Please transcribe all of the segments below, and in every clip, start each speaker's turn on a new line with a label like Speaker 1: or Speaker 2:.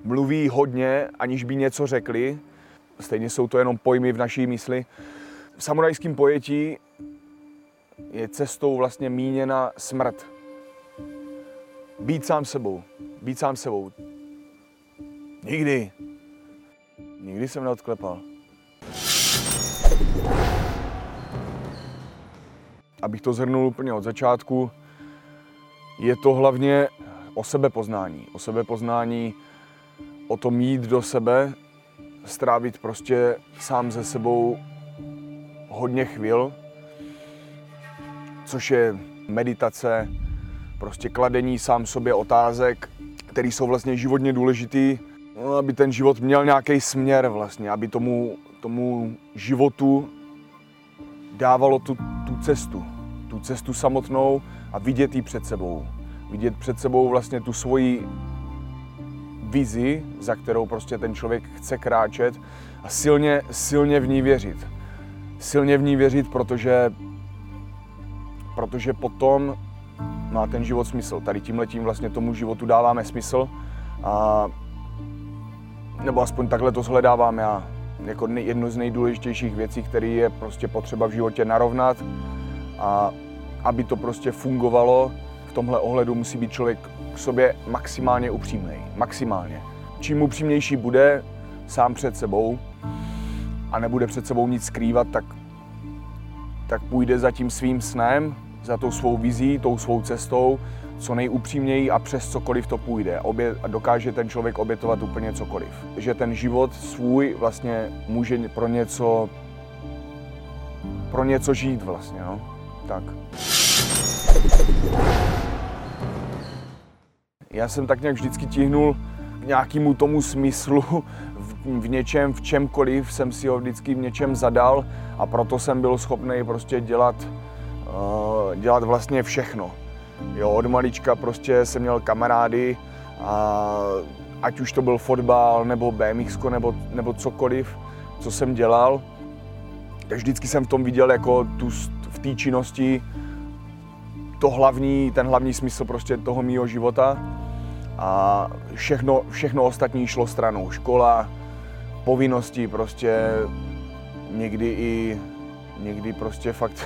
Speaker 1: mluví hodně, aniž by něco řekli. Stejně jsou to jenom pojmy v naší mysli. V samurajském pojetí je cestou vlastně míněna smrt. Být sám sebou. Být sám sebou. Nikdy jsem neodklepal. Abych to shrnul úplně od začátku, je to hlavně o sebepoznání. O sebepoznání, o tom jít do sebe, strávit prostě sám se sebou hodně chvil, což je meditace, prostě kladení sám sobě otázek, které jsou vlastně životně důležitý, aby ten život měl nějaký směr vlastně, aby tomu životu dávalo tu cestu samotnou a vidět ji před sebou. Vidět před sebou vlastně tu svoji vizi, za kterou prostě ten člověk chce kráčet a silně v ní věřit. Silně v ní věřit, protože potom má ten život smysl. Tady tímhletím vlastně tomu životu dáváme smysl a nebo aspoň takhle to shledávám já jako jednu z nejdůležitějších věcí, které je prostě potřeba v životě narovnat a aby to prostě fungovalo, v tomhle ohledu musí být člověk k sobě maximálně upřímnej. Maximálně. Čím upřímnější bude sám před sebou a nebude před sebou nic skrývat, tak půjde za tím svým snem, za tou svou vizí, tou svou cestou, co nejupřímněji a přes cokoliv to půjde. A dokáže ten člověk obětovat úplně cokoliv. Že ten život svůj vlastně může pro něco žít vlastně, no. Tak. Já jsem tak nějak vždycky tíhnul k nějakému tomu smyslu v něčem, v čemkoliv jsem si ho vždycky v něčem zadal a proto jsem byl schopný prostě dělat vlastně všechno. Jo, od malička prostě jsem měl kamarády a ať už to byl fotbal nebo BMX nebo cokoliv, co jsem dělal, tak vždycky jsem v tom viděl jako v té činnosti ten hlavní smysl prostě toho mýho života a všechno ostatní šlo stranou. Škola, povinnosti prostě, někdy prostě fakt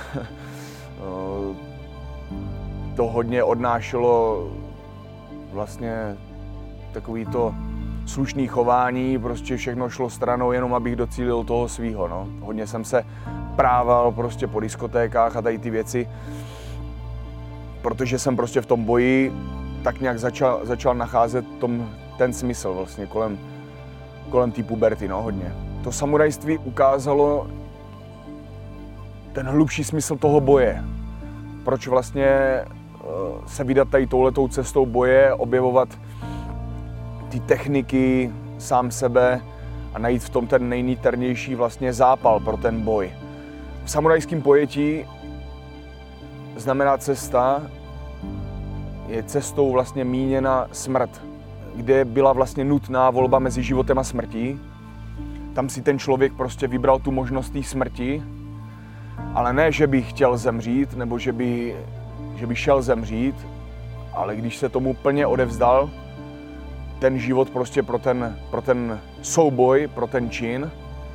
Speaker 1: to hodně odnášelo vlastně takový to slušný chování, prostě všechno šlo stranou, jenom abych docílil toho svýho, no. Hodně jsem se prával prostě po diskotékách a tady ty věci, protože jsem prostě v tom boji tak nějak začal nacházet ten smysl vlastně kolem té puberty, no, hodně. To samurajství ukázalo ten hlubší smysl toho boje. Proč vlastně se vydat tady touhletou cestou boje, objevovat ty techniky, sám sebe a najít v tom ten nejniternější vlastně zápal pro ten boj. V samurajském pojetí znamená cesta, je cestou vlastně míněna smrt, kde byla vlastně nutná volba mezi životem a smrtí. Tam si ten člověk prostě vybral tu možnost té smrti, ale ne, že by chtěl zemřít, nebo že by šel zemřít, ale když se tomu plně odevzdal, ten život prostě pro ten souboj, pro ten čin,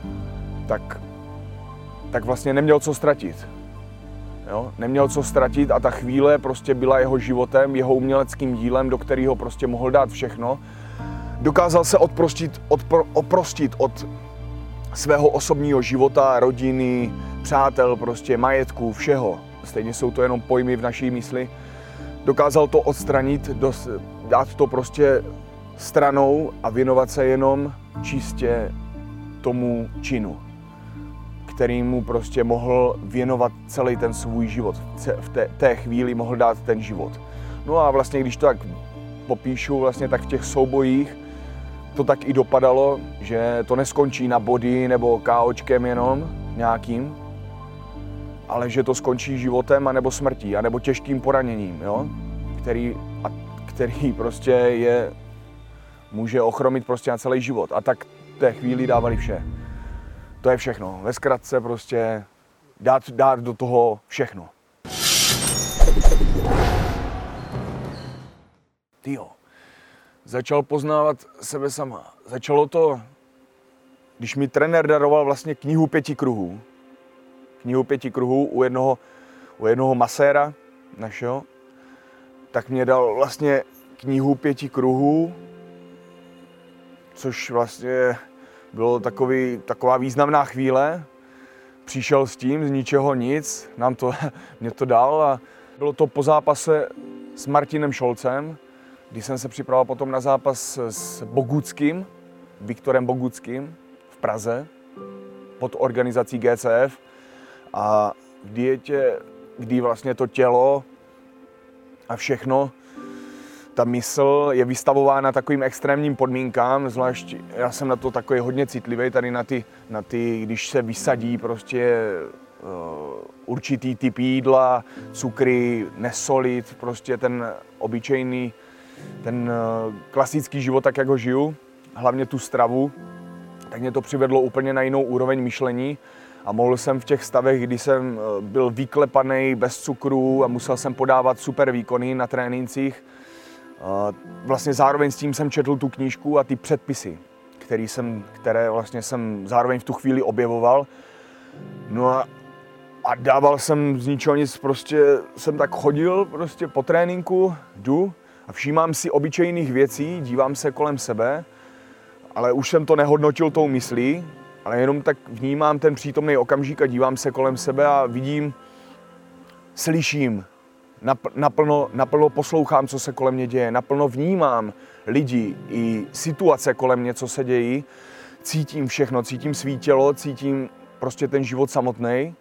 Speaker 1: tak vlastně neměl co ztratit. Jo? Neměl co ztratit a ta chvíle prostě byla jeho životem, jeho uměleckým dílem, do kterého prostě mohl dát všechno. Dokázal se oprostit od svého osobního života, rodiny, přátel, prostě majetku, všeho. Stejně jsou to jenom pojmy v naší mysli. Dokázal to odstranit, dát to prostě stranou a věnovat se jenom čistě tomu činu, který mu prostě mohl věnovat celý ten svůj život. V té chvíli mohl dát ten život. No a vlastně, když to tak popíšu, vlastně tak v těch soubojích to tak i dopadalo, že to neskončí na body nebo KOčkem jenom nějakým, ale že to skončí životem anebo smrtí, anebo těžkým poraněním, jo? Který prostě může ochromit prostě na celý život. A tak v té chvíli dávali vše. To je všechno. Ve zkratce prostě dát do toho všechno. Tyjo. začal poznávat sebe sama. Začalo to, když mi trenér daroval vlastně knihu 5 kruhů. Knihu 5 kruhů u jednoho maséra našeho, tak mě dal vlastně knihu 5 kruhů, což vlastně bylo taková významná chvíle. Přišel s tím, z ničeho nic, mě to dal a bylo to po zápase s Martinem Šolcem, kdy jsem se připravoval potom na zápas s Boguckým, Viktorem Boguckým v Praze pod organizací GCF a v dietě, kdy vlastně to tělo a všechno, ta mysl je vystavována takovým extrémním podmínkám, zvlášť já jsem na to takový hodně citlivý, tady na ty, když se vysadí prostě určitý typ jídla, cukry, nesolit, prostě ten obyčejný, ten klasický život, tak jak ho žiju, hlavně tu stravu, tak mě to přivedlo úplně na jinou úroveň myšlení a mohl jsem v těch stavech, kdy jsem byl vyklepaný bez cukru a musel jsem podávat super výkony na trénincích. Vlastně zároveň s tím jsem četl tu knížku a ty předpisy, které vlastně jsem zároveň v tu chvíli objevoval. No a dával jsem z ničeho nic, prostě jsem tak chodil prostě po tréninku, jdu a všímám si obyčejných věcí, dívám se kolem sebe, ale už jsem to nehodnotil tou myslí, ale jenom tak vnímám ten přítomný okamžik a dívám se kolem sebe a vidím, slyším, naplno poslouchám, co se kolem mě děje, naplno vnímám lidi i situace kolem mě, co se dějí, cítím všechno, cítím svý tělo, cítím prostě ten život samotný.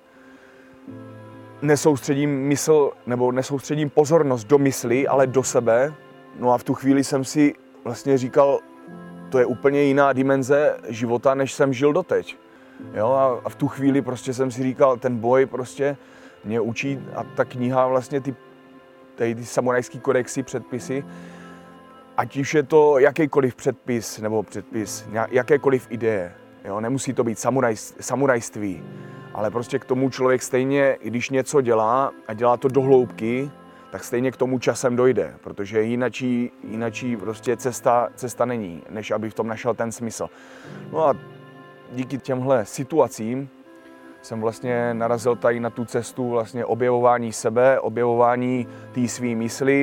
Speaker 1: Nesoustředím pozornost do mysli, ale do sebe. No a v tu chvíli jsem si vlastně říkal, to je úplně jiná dimenze života, než jsem žil doteď. Jo, a v tu chvíli prostě jsem si říkal, ten boj prostě mě učí a ta kniha vlastně ty samurajský kodexy, předpisy, ať už je to jakýkoliv předpis, jakékoliv ideje. Jo, nemusí to být samurajství, ale prostě k tomu člověk stejně, když něco dělá a dělá to do hloubky, tak stejně k tomu časem dojde, protože jinačí prostě cesta není, než aby v tom našel ten smysl. No a díky těmhle situacím jsem vlastně narazil tady na tu cestu vlastně objevování sebe, objevování té svý mysli,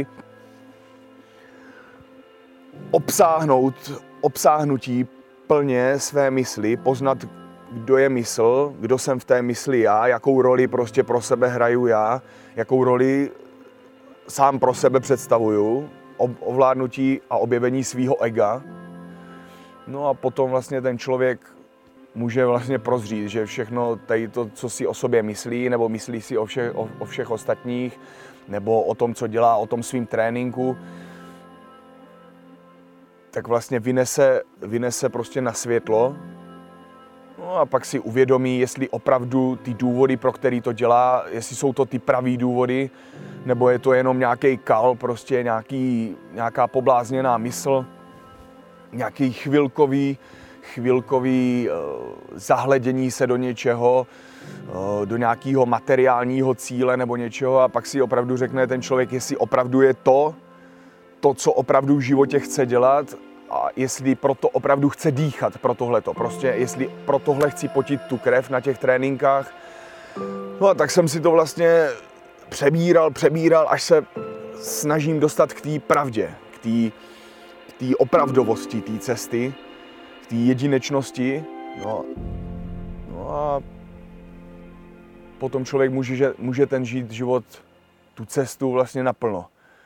Speaker 1: obsáhnutí plně své mysli, poznat, kdo je mysl, kdo jsem v té mysli já, jakou roli prostě pro sebe hraju já, jakou roli sám pro sebe představuju, ovládnutí a objevení svýho ega. No a potom vlastně ten člověk může vlastně prozřít, že všechno tady to, co si o sobě myslí, nebo myslí si o všech ostatních, nebo o tom, co dělá, o tom svým tréninku, tak vlastně vynese prostě na světlo. No a pak si uvědomí, jestli opravdu ty důvody, pro který to dělá, jestli jsou to ty pravý důvody, nebo je to jenom nějaký kal, prostě nějaká poblázněná mysl, nějaký chvilkový zahledění se do něčeho, do nějakého materiálního cíle nebo něčeho a pak si opravdu řekne ten člověk, jestli opravdu je to, co opravdu v životě chce dělat a jestli proto opravdu chce dýchat pro tohleto. Prostě jestli pro tohle chci potit tu krev na těch tréninkách. No a tak jsem si to vlastně přebíral, až se snažím dostat k té pravdě, k té opravdovosti té cesty, k té jedinečnosti. No a potom člověk může ten žít život, tu cestu vlastně naplno.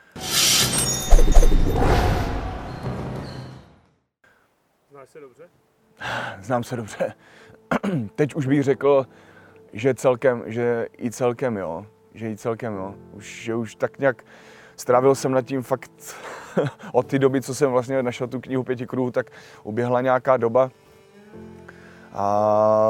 Speaker 2: Znáš se dobře?
Speaker 1: Znám se dobře. Teď už bych řekl, že i celkem jo. Že už tak nějak strávil jsem nad tím fakt od té doby, co jsem vlastně našel tu knihu 5 kruhů, tak uběhla nějaká doba. A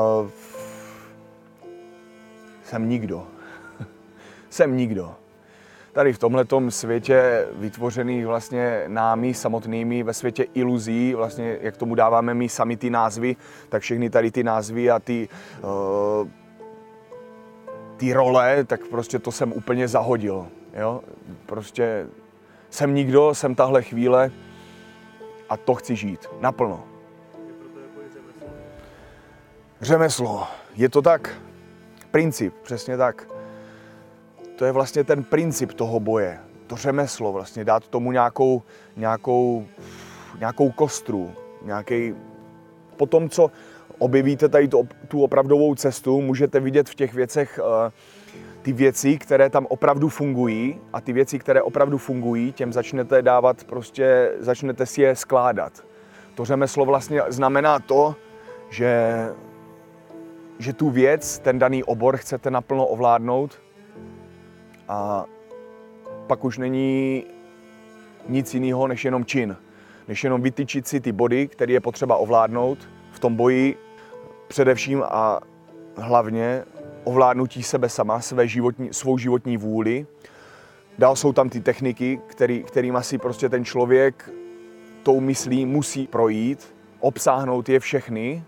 Speaker 1: jsem nikdo. Tady v tomhletom světě vytvořený vlastně námi samotnými, ve světě iluzí, vlastně jak tomu dáváme my sami ty názvy, tak všechny tady ty názvy a ty role, tak prostě to jsem úplně zahodil. Jo? Prostě jsem nikdo, jsem tahle chvíle A to chci žít, naplno.
Speaker 2: Je pro tebe boj řemeslo?
Speaker 1: Řemeslo, je to tak. Princip, přesně tak. To je vlastně ten princip toho boje. To řemeslo, vlastně dát tomu nějakou kostru, po tom, co objevíte tady tu opravdovou cestu, můžete vidět v těch věcech ty věci, které tam opravdu fungují, a ty věci, které opravdu fungují, těm začnete dávat, začnete si je skládat. To řemeslo vlastně znamená to, že tu věc, ten daný obor chcete naplno ovládnout a pak už není nic jiného než jenom čin. Než jenom vytyčit si ty body, které je potřeba ovládnout v tom boji, především a hlavně ovládnutí sebe sama, svou životní vůli. Dál jsou tam ty techniky, kterými si prostě ten člověk tou myslí musí projít, obsáhnout je všechny.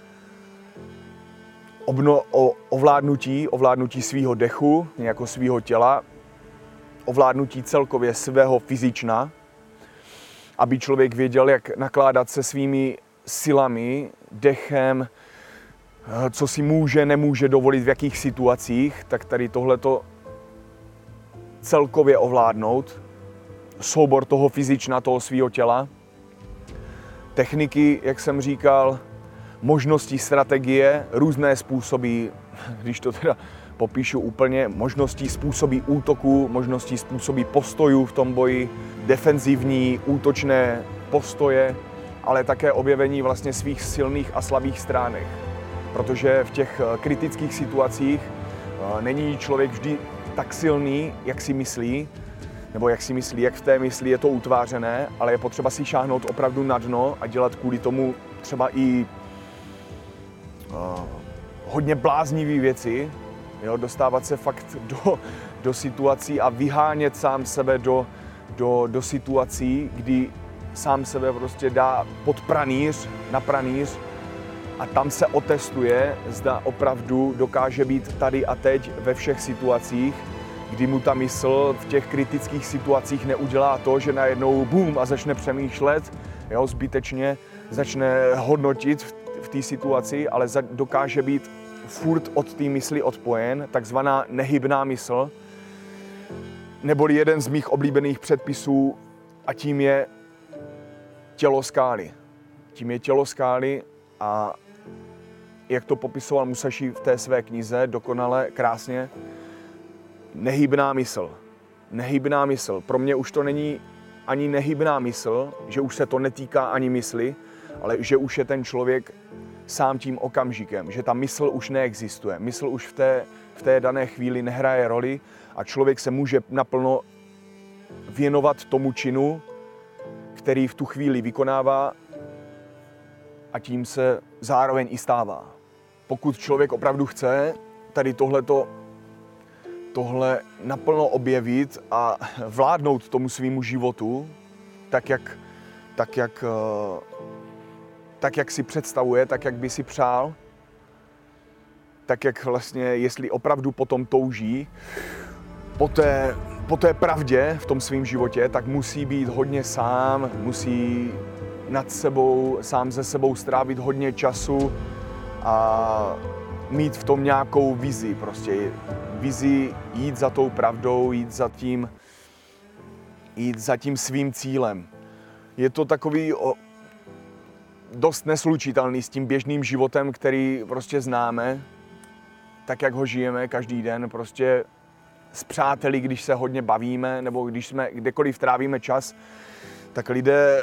Speaker 1: Ovládnutí svého dechu, jako svého těla, ovládnutí celkově svého fyzična, aby člověk věděl, jak nakládat se svými silami, dechem, co si může, nemůže dovolit v jakých situacích, tak tady tohleto celkově ovládnout. Soubor toho fyzična, toho svého těla. Techniky, jak jsem říkal, možnosti, strategie, různé způsoby, když to teda popíšu úplně, možností, způsoby útoku, možností, způsoby postojů v tom boji, defenzivní, útočné postoje, ale také objevení vlastně svých silných a slabých stránek. Protože v těch kritických situacích není člověk vždy tak silný, jak si myslí, nebo jak v té mysli je to utvářené, ale je potřeba si šáhnout opravdu na dno a dělat kvůli tomu třeba i hodně bláznivý věci, jo, dostávat se fakt do situací a vyhánět sám sebe do situací, kdy sám sebe prostě dá na pranýř a tam se otestuje, zda opravdu dokáže být tady a teď ve všech situacích, kdy mu ta mysl v těch kritických situacích neudělá to, že najednou bum a začne přemýšlet, jo, zbytečně začne hodnotit v té situaci, ale dokáže být furt od té mysli odpojen, takzvaná nehybná mysl, neboli jeden z mých oblíbených předpisů, a tím je tělo skály. Tím je tělo skály a jak to popisoval Musashi v té své knize, dokonale, krásně, nehybná mysl. Nehybná mysl. Pro mě už to není ani nehybná mysl, že už se to netýká ani mysli, ale že už je ten člověk sám tím okamžikem, že ta mysl už neexistuje. Mysl už v té dané chvíli nehraje roli a člověk se může naplno věnovat tomu činu, který v tu chvíli vykonává, a tím se zároveň i stává. Pokud člověk opravdu chce tady tohle naplno objevit a vládnout tomu svýmu životu, tak jak si představuje, tak jak by si přál, tak jak vlastně, jestli opravdu potom touží, po té pravdě v tom svém životě, tak musí být hodně sám, musí nad sebou, sám ze sebou strávit hodně času a mít v tom nějakou vizi, prostě vizi jít za tou pravdou, jít za tím svým cílem. Je to takový dost neslučitelný s tím běžným životem, který prostě známe, tak jak ho žijeme každý den, prostě s přáteli, když se hodně bavíme, nebo když jsme kdekoliv trávíme čas, tak lidé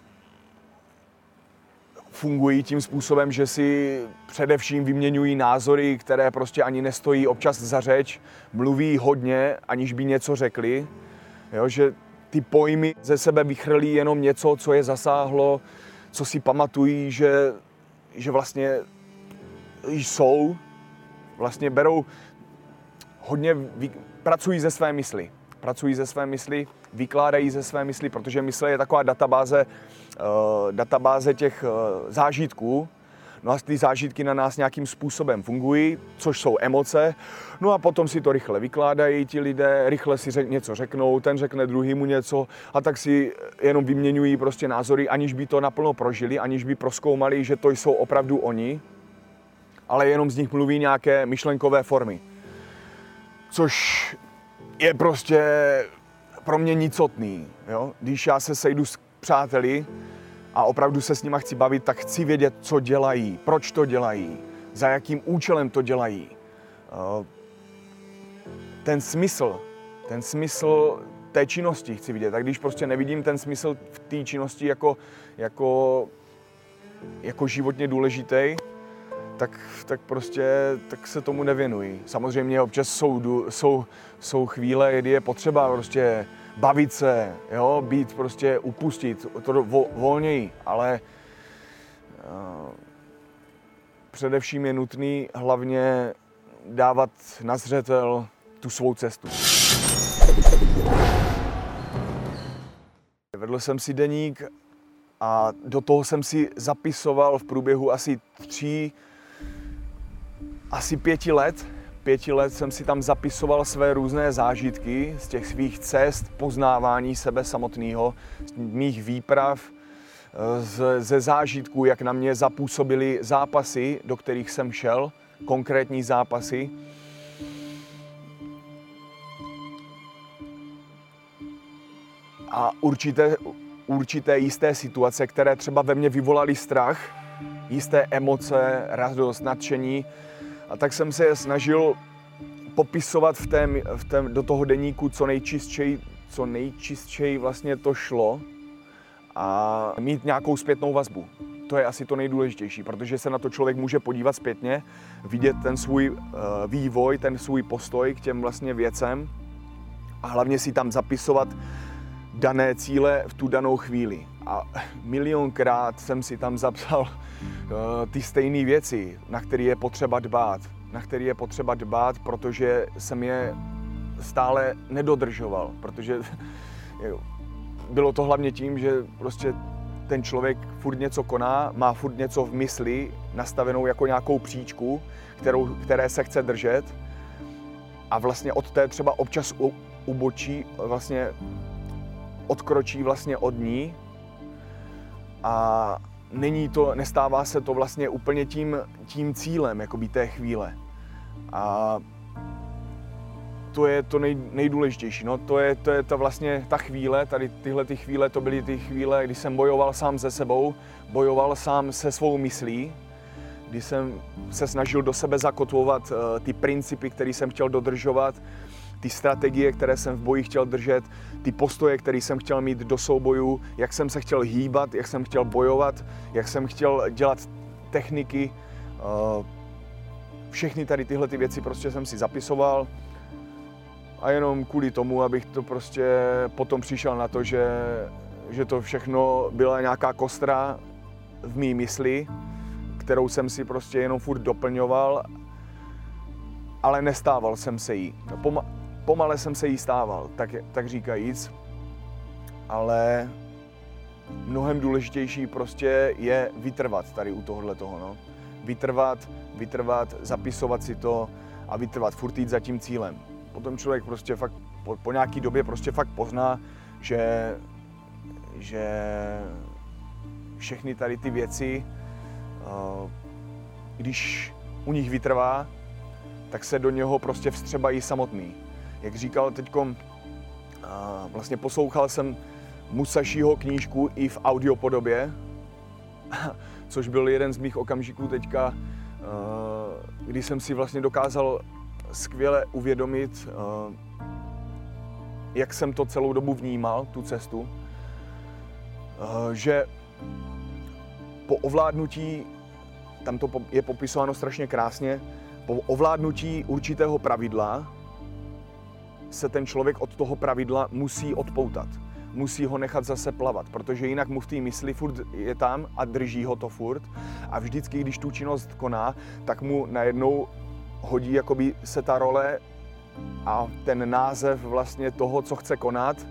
Speaker 1: fungují tím způsobem, že si především vyměňují názory, které prostě ani nestojí občas za řeč, mluví hodně, aniž by něco řekli, jo, že ty pojmy ze sebe vychrlí jenom něco, co je zasáhlo, co si pamatují, že vlastně jsou, vlastně berou hodně, pracují ze své mysli, vykládají ze své mysli, protože mysl je taková databáze těch zážitků. No a ty zážitky na nás nějakým způsobem fungují, což jsou emoce. No a potom si to rychle vykládají ti lidé, rychle si něco řeknou, ten řekne druhýmu něco a tak si jenom vyměňují prostě názory, aniž by to naplno prožili, aniž by prozkoumali, že to jsou opravdu oni, ale jenom z nich mluví nějaké myšlenkové formy. Což je prostě pro mě nicotný. Jo? Když já se sejdu s přáteli a opravdu se s nima chci bavit, tak chci vědět, co dělají, proč to dělají, za jakým účelem to dělají. Ten smysl té činnosti chci vidět. A když prostě nevidím ten smysl v té činnosti jako životně důležitý, tak se tomu nevěnuji. Samozřejmě občas jsou chvíle, kdy je potřeba prostě bavit se, jo, být prostě upustit, to volněji, ale především je nutný hlavně dávat na zřetel tu svou cestu. Vedl jsem si deník a do toho jsem si zapisoval v průběhu asi 5 let. 5 let jsem si tam zapisoval své různé zážitky z těch svých cest, poznávání sebe samotného, z mých výprav, ze zážitků, jak na mě zapůsobily zápasy, do kterých jsem šel, konkrétní zápasy. A určité jisté situace, které třeba ve mně vyvolaly strach, jisté emoce, radost, nadšení. A tak jsem se je snažil popisovat do toho deníku co nejčistšej vlastně to šlo a mít nějakou zpětnou vazbu. To je asi to nejdůležitější, protože se na to člověk může podívat zpětně, vidět ten svůj vývoj, ten svůj postoj k těm vlastně věcem a hlavně si tam zapisovat dané cíle v tu danou chvíli. A milionkrát jsem si tam zapsal ty stejné věci, na které je potřeba dbát, protože jsem je stále nedodržoval, protože bylo to hlavně tím, že prostě ten člověk furt něco koná, má furt něco v mysli, nastavenou jako nějakou příčku, které se chce držet a vlastně od té třeba občas ubočí, vlastně odkročí vlastně od ní a nestává se to vlastně úplně tím cílem jakoby té chvíle. A to je to nejdůležitější. No, to je vlastně ta chvíle, tady tyhle ty chvíle, to byly ty chvíle, kdy jsem bojoval sám se sebou, bojoval sám se svou myslí, kdy jsem se snažil do sebe zakotvovat ty principy, které jsem chtěl dodržovat, ty strategie, které jsem v boji chtěl držet, ty postoje, které jsem chtěl mít do soubojů, jak jsem se chtěl hýbat, jak jsem chtěl bojovat, jak jsem chtěl dělat techniky. Všechny tady tyhle ty věci prostě jsem si zapisoval a jenom kvůli tomu, abych to prostě potom přišel na to, že to všechno byla nějaká kostra v mý mysli, kterou jsem si prostě jenom furt doplňoval, ale nestával jsem se jí. Pomale jsem se jí stával, tak říkajíc, ale mnohem důležitější prostě je vytrvat tady u tohohletoho, no. Vytrvat, zapisovat si to a vytrvat, furt jít za tím cílem. Potom člověk prostě fakt po nějaký době prostě fakt pozná, že všechny tady ty věci, když u nich vytrvá, tak se do něho prostě vstřebají samotný. Jak říkal teďkom, vlastně poslouchal jsem Musashiho knížku i v audiopodobě, což byl jeden z mých okamžiků teďka, kdy jsem si vlastně dokázal skvěle uvědomit, jak jsem to celou dobu vnímal, tu cestu, že po ovládnutí, tam to je popisováno strašně krásně, po ovládnutí určitého pravidla se ten člověk od toho pravidla musí odpoutat. Musí ho nechat zase plavat, protože jinak mu v té mysli furt je tam a drží ho to furt. A vždycky, když tu činnost koná, tak mu najednou hodí jakoby se ta role a ten název vlastně toho, co chce konat.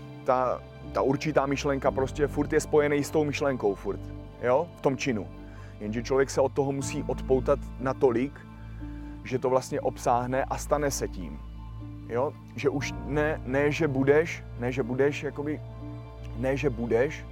Speaker 1: Ta určitá myšlenka prostě furt je spojený s tou myšlenkou furt, jo, v tom činu. Jenže člověk se od toho musí odpoutat natolik, že to vlastně obsáhne a stane se tím. Jo? Že už ne, že budeš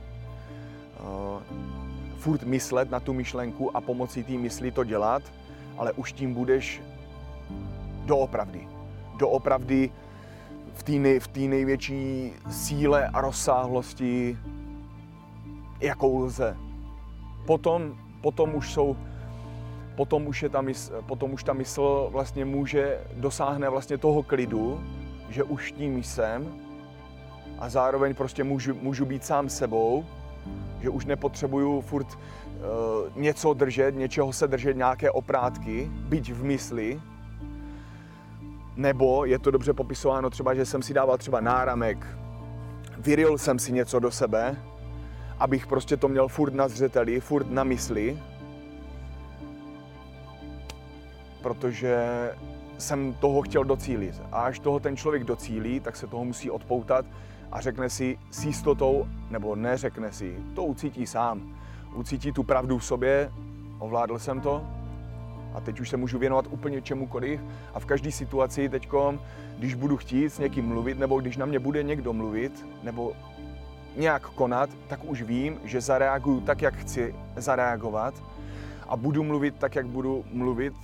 Speaker 1: furt myslet na tu myšlenku a pomocí té mysli to dělat, ale už tím budeš doopravdy. Doopravdy v té největší síle a rozsáhlosti, jakou lze. Potom už ta mysl vlastně dosáhne vlastně toho klidu, že už tím jsem a zároveň prostě můžu být sám sebou, že už nepotřebuju furt něčeho se držet, nějaké oprátky, byť v mysli. Nebo je to dobře popisováno třeba, že jsem si dával třeba náramek, vyril jsem si něco do sebe, abych prostě to měl furt na zřeteli, furt na mysli, protože jsem toho chtěl docílit. A až toho ten člověk docílí, tak se toho musí odpoutat a řekne si s jistotou, nebo neřekne si, to ucítí sám. Ucítí tu pravdu v sobě, ovládl jsem to a teď už se můžu věnovat úplně čemukoliv a v každé situaci teďkom, když budu chtít s někým mluvit, nebo když na mě bude někdo mluvit, nebo nějak konat, tak už vím, že zareaguju tak, jak chci zareagovat a budu mluvit tak, jak budu mluvit.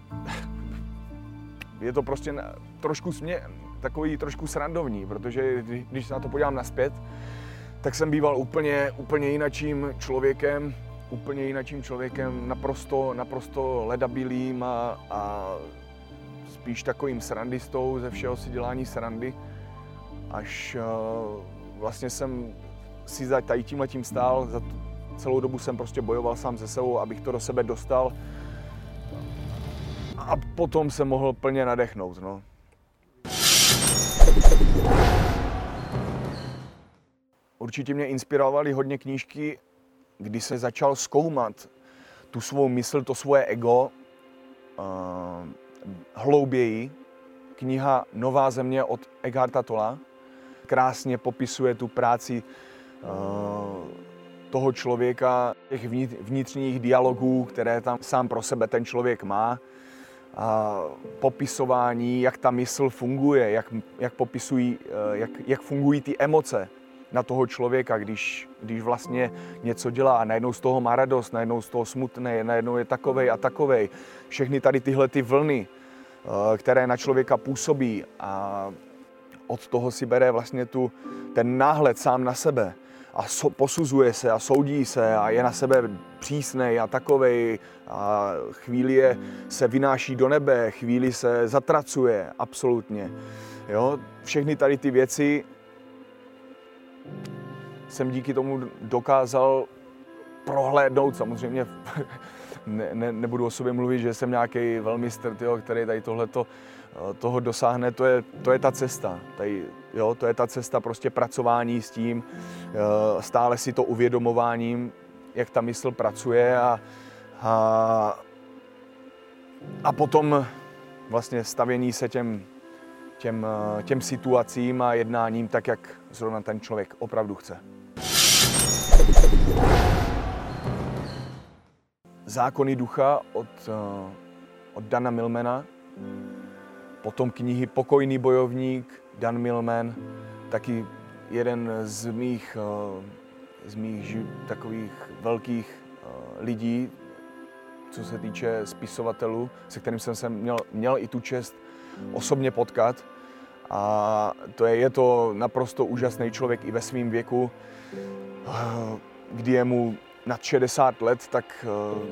Speaker 1: Je to prostě takový trošku srandovní, protože když se na to podívám nazpět, tak jsem býval úplně jinakším člověkem, naprosto ledabilým a spíš takovým srandistou, ze všeho si dělání srandy, až vlastně jsem si za tímhletím stál, za celou dobu jsem prostě bojoval sám se sebou, abych to do sebe dostal a potom jsem mohl plně nadechnout. No. Určitě mě inspirovaly hodně knížky, kdy se začal zkoumat tu svou mysl, to svoje ego hlouběji. Kniha Nová země od Eckharta Tolla krásně popisuje tu práci toho člověka, těch vnitřních dialogů, které tam sám pro sebe ten člověk má. A popisování, jak ta mysl funguje, jak fungují ty emoce na toho člověka, když vlastně něco dělá a najednou z toho má radost, najednou z toho smutné, najednou je takovej a takovej. Všechny tady tyhle ty vlny, které na člověka působí a od toho si bere vlastně ten náhled sám na sebe a posuzuje se a soudí se a je na sebe přísnej a takovej a chvíli se vynáší do nebe, chvíli se zatracuje, absolutně. Jo? Všechny tady ty věci jsem díky tomu dokázal prohlédnout, samozřejmě nebudu o sobě mluvit, že jsem nějaký velmistr, který tady toho dosáhne, to je ta cesta. To je ta cesta prostě pracování s tím, stále si to uvědomováním, jak ta mysl pracuje a potom vlastně stavění se těm situacím a jednáním tak, jak zrovna ten člověk opravdu chce. Zákony ducha od Dana Millmana, potom knihy Pokojný bojovník, Dan Millman, taky jeden z mých takových velkých lidí, co se týče spisovatelů, se kterým jsem se měl i tu čest osobně potkat. A je to naprosto úžasný člověk i ve svém věku, kdy je mu nad 60 let, tak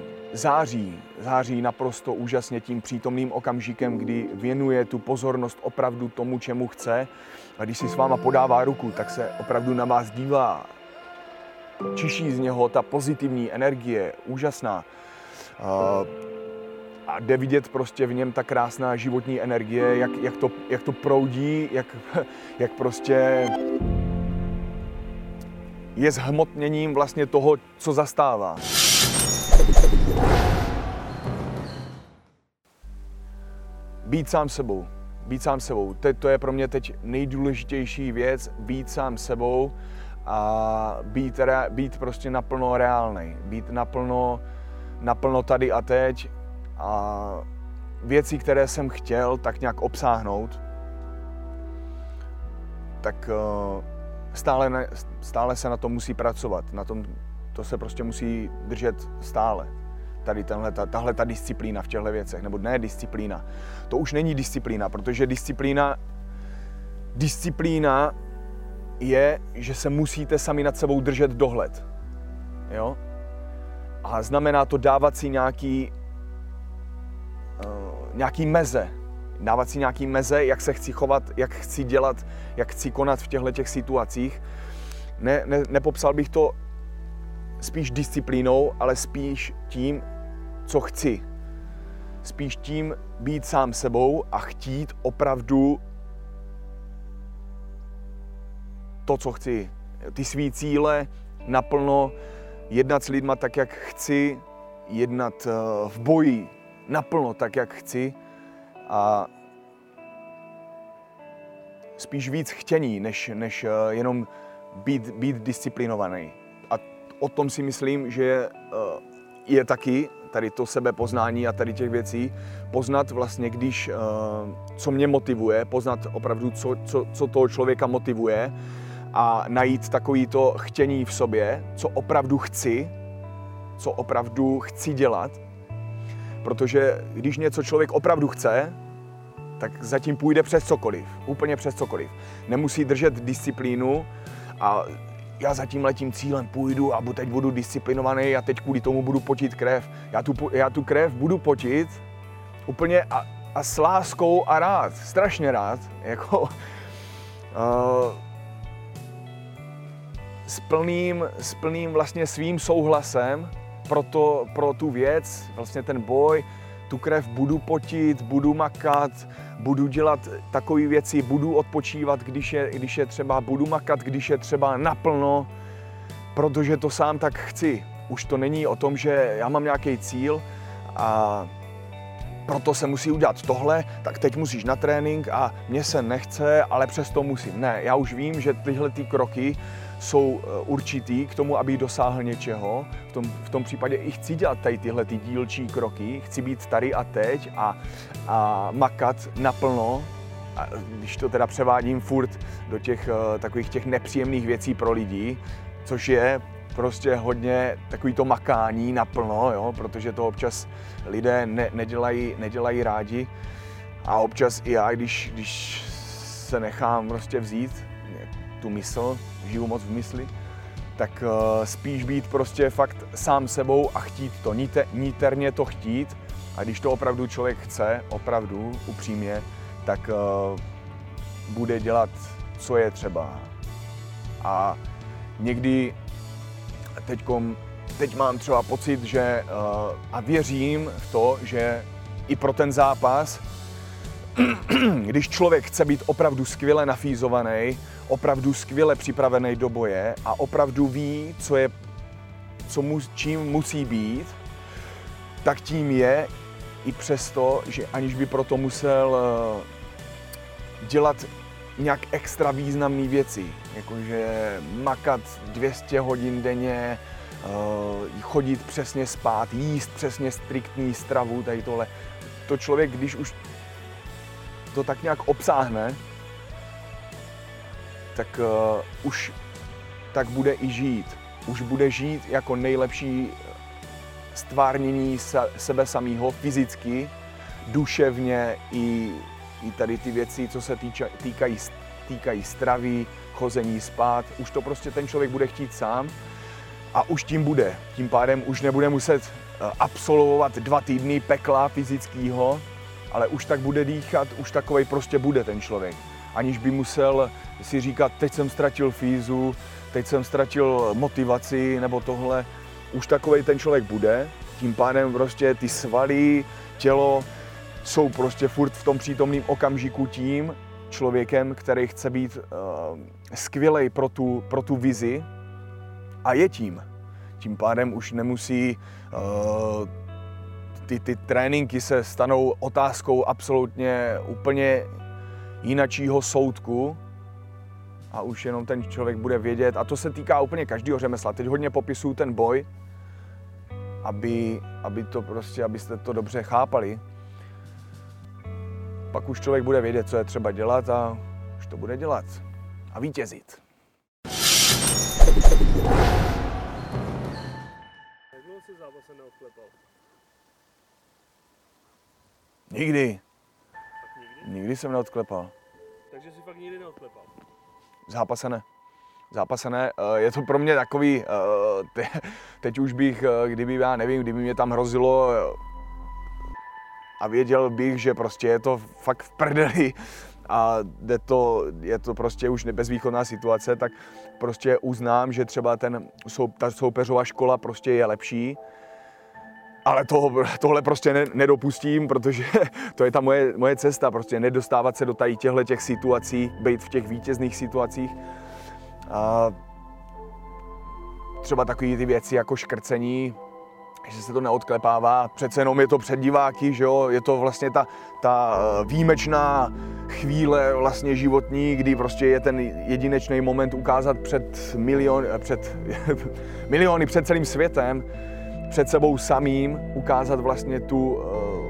Speaker 1: září naprosto úžasně tím přítomným okamžikem, kdy věnuje tu pozornost opravdu tomu, čemu chce. A když si s váma podává ruku, tak se opravdu na vás dívá. Čiší z něho ta pozitivní energie, úžasná. A jde vidět prostě v něm ta krásná životní energie, jak to proudí, jak prostě je zhmotněním vlastně toho, co zastává. Být sám sebou. To je pro mě teď nejdůležitější věc, být sám sebou a být prostě naplno reálnej. Být naplno naplno tady a teď a věci, které jsem chtěl tak nějak obsáhnout, tak stále se na tom musí pracovat. To se prostě musí držet stále. Tady tahle ta disciplína v těchto věcech, nebo ne disciplína. To už není disciplína, protože disciplína je, že se musíte sami nad sebou držet dohled. Jo? A znamená to dávat si nějaký meze. Dávat si nějaký meze, jak se chci chovat, jak chci dělat, jak chci konat v těchto situacích. Nepopsal bych to spíš disciplínou, ale spíš tím, co chci. Spíš tím být sám sebou a chtít opravdu to, co chci. Ty svý cíle naplno, jednat s lidma tak, jak chci, jednat v boji naplno tak, jak chci a spíš víc chtění, než jenom být disciplinovaný. A o tom si myslím, že je taky tady to sebepoznání a tady těch věcí, poznat vlastně, co mě motivuje, poznat opravdu, co toho člověka motivuje a najít takový to chtění v sobě, co opravdu chci dělat. Protože když něco člověk opravdu chce, tak zatím půjde přes cokoliv, úplně přes cokoliv. Nemusí držet disciplínu a já za tímhletím cílem půjdu a teď budu disciplinovaný a teď kvůli tomu budu potit krev. Já tu krev budu potit úplně a s láskou a rád, strašně rád, jako s plným vlastně svým souhlasem pro tu věc, vlastně ten boj, tu krev budu potit, budu makat, budu dělat takové věci, budu odpočívat, když je třeba, budu makat, když je třeba naplno, protože to sám tak chci. Už to není o tom, že já mám nějaký cíl a proto se musí udělat tohle, tak teď musíš na trénink a mně se nechce, ale přesto musím. Ne, já už vím, že tyhle ty kroky jsou určitý k tomu, abych dosáhl něčeho. V tom případě i chci dělat tady tyhle ty dílčí kroky, chci být tady a teď a makat naplno, a když to teda převádím furt do těch takových těch nepříjemných věcí pro lidi, což je prostě hodně takový to makání naplno, jo, protože to občas lidé nedělají rádi a občas i já, když se nechám prostě vzít tu mysl, žiju moc v mysli, tak spíš být prostě fakt sám sebou a chtít to, níterně to chtít a když to opravdu člověk chce, opravdu, upřímně, tak bude dělat, co je třeba. A někdy teď mám třeba pocit, že a věřím v to, že i pro ten zápas, když člověk chce být opravdu skvěle nafízovaný, opravdu skvěle připravený do boje a opravdu ví, čím musí být, tak tím je i přesto, že aniž by proto musel dělat nějak extra významné věci, jakože makat 200 hodin denně, chodit přesně spát, jíst přesně striktní stravu, tady tohle. To člověk, když už to tak nějak obsáhne, tak už tak bude i žít. Už bude žít jako nejlepší stvárnění sebe samého fyzicky, duševně i tady ty věci, co se týkají stravy, chození spát. Už to prostě ten člověk bude chtít sám a už tím bude. Tím pádem už nebude muset absolvovat 2 týdny pekla fyzického, ale už tak bude dýchat, už takovej prostě bude ten člověk. Aniž by musel si říkat, teď jsem ztratil fízu, teď jsem ztratil motivaci nebo tohle. Už takovej ten člověk bude, tím pádem prostě ty svaly, tělo jsou prostě furt v tom přítomném okamžiku tím člověkem, který chce být skvělej pro tu vizi a je tím. Tím pádem už nemusí, ty tréninky se stanou otázkou absolutně úplně jinačího soudku a už jenom ten člověk bude vědět, a to se týká úplně každého řemesla. Teď hodně popisuju ten boj aby to prostě, abyste to dobře chápali. Pak už člověk bude vědět, co je třeba dělat a už to bude dělat a vítězit.
Speaker 2: Jak dlouho jsi v zápase neodklepal?
Speaker 1: Nikdy.
Speaker 2: Tak nikdy?
Speaker 1: Nikdy jsem neodklepal.
Speaker 2: Takže jsi fakt nikdy neodklepal?
Speaker 1: V zápase ne. Je to pro mě takový, teď už bych, kdyby mě tam hrozilo a věděl bych, že prostě je to fakt v prdeli a je to prostě už bezvýchodná situace, tak prostě uznám, že třeba ta soupeřová škola prostě je lepší. Ale tohle prostě nedopustím, protože to je ta moje cesta, prostě nedostávat se do tady těch situací, být v těch vítězných situacích. A třeba takové ty věci jako škrcení, že se to neodklepává, přece jenom je to před diváky, že jo? Je to vlastně ta výjimečná chvíle vlastně životní, kdy prostě je ten jedinečný moment ukázat před miliony před celým světem, před sebou samým, ukázat vlastně tu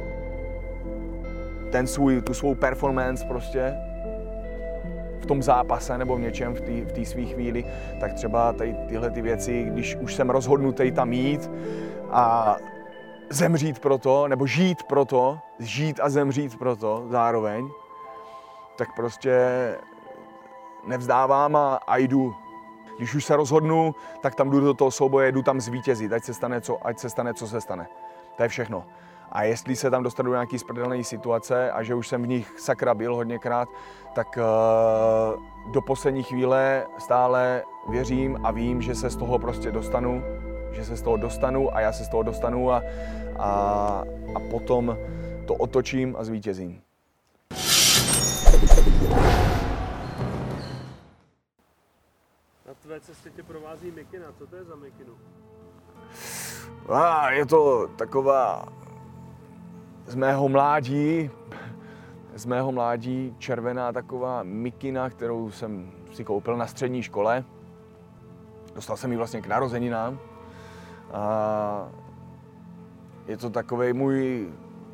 Speaker 1: svou performance prostě v tom zápase nebo v něčem, v té své chvíli, tak třeba tyhle ty věci, když už jsem rozhodnutý tam jít a zemřít pro to, nebo žít a zemřít pro to zároveň, tak prostě nevzdávám a jdu. Když už se rozhodnu, tak tam jdu do toho souboje, jdu tam zvítězit, ať se stane, co se stane. To je všechno. A jestli se tam dostanu do nějaký sprdelné situace a že už jsem v nich sakra byl hodněkrát, tak do poslední chvíle stále věřím a vím, že se z toho prostě dostanu, a já se z toho dostanu a potom to otočím a zvítězím.
Speaker 2: Na tvé cestě tě provází mikina. Co to je za mikinu?
Speaker 1: Je to taková z mého mládí červená taková mikina, kterou jsem si koupil na střední škole. Dostal jsem ji vlastně k narozeninám. A je to takový můj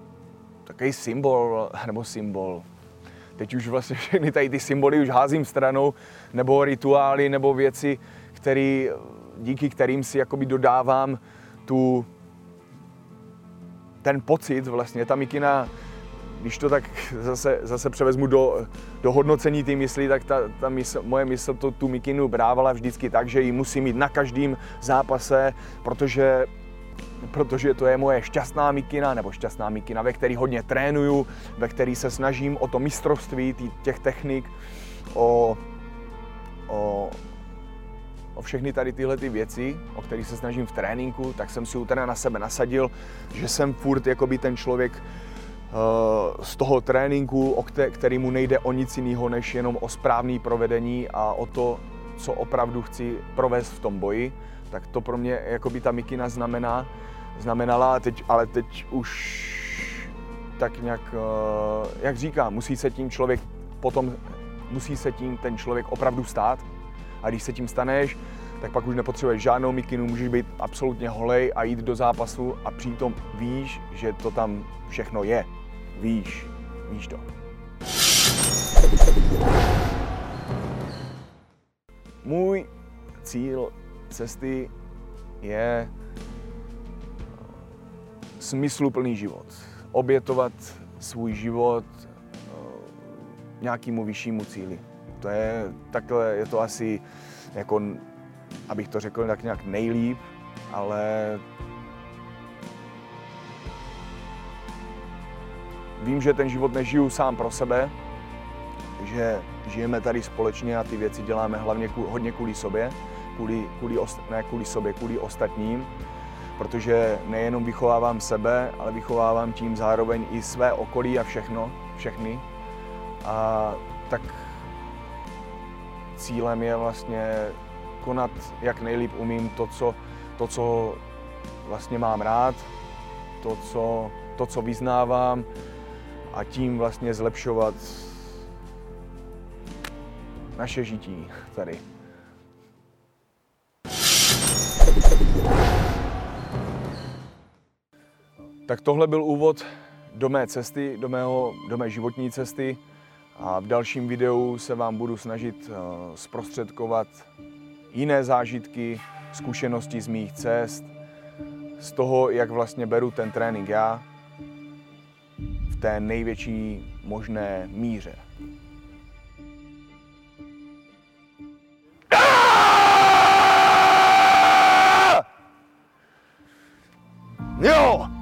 Speaker 1: symbol. Teď už vlastně všechny tady ty symboly už házím stranou, nebo rituály, nebo věci, díky kterým si jakoby dodávám ten pocit vlastně. Ta mikina, když to tak zase převezmu do hodnocení té mysli, tak moje mysl tu mikinu brávala vždycky tak, že ji musím mít na každém zápase, protože to je moje šťastná mikina, ve které hodně trénuju, ve které se snažím o to mistrovství těch technik, o všechny tady tyhle ty věci, o kterých se snažím v tréninku, tak jsem si teda na sebe nasadil, že jsem furt jakoby ten člověk z toho tréninku, kterému nejde o nic jiného, než jenom o správné provedení a o to, co opravdu chci provést v tom boji, tak to pro mě jakoby ta mikina znamenala, ale teď už tak nějak, jak říkám, musí se tím ten člověk opravdu stát. A když se tím staneš, tak pak už nepotřebuješ žádnou mikinu, můžeš být absolutně holej a jít do zápasu a přitom víš, že to tam všechno je. Víš to. Můj cíl cesty je smysluplný život. Obětovat svůj život nějakému vyššímu cíli. Takhle je to asi, jako, abych to řekl tak nějak nejlíp, ale vím, že ten život nežiju sám pro sebe, že žijeme tady společně a ty věci děláme hlavně hodně kvůli sobě, kvůli ostatním, protože nejenom vychovávám sebe, ale vychovávám tím zároveň i své okolí a všechny. A tak cílem je vlastně konat, jak nejlíp umím, to, co vlastně mám rád, to, co vyznávám a tím vlastně zlepšovat naše žití tady. Tak tohle byl úvod do mé cesty, do mé životní cesty a v dalším videu se vám budu snažit zprostředkovat jiné zážitky, zkušenosti z mých cest, z toho, jak vlastně beru ten trénink já v té největší možné míře. Jo!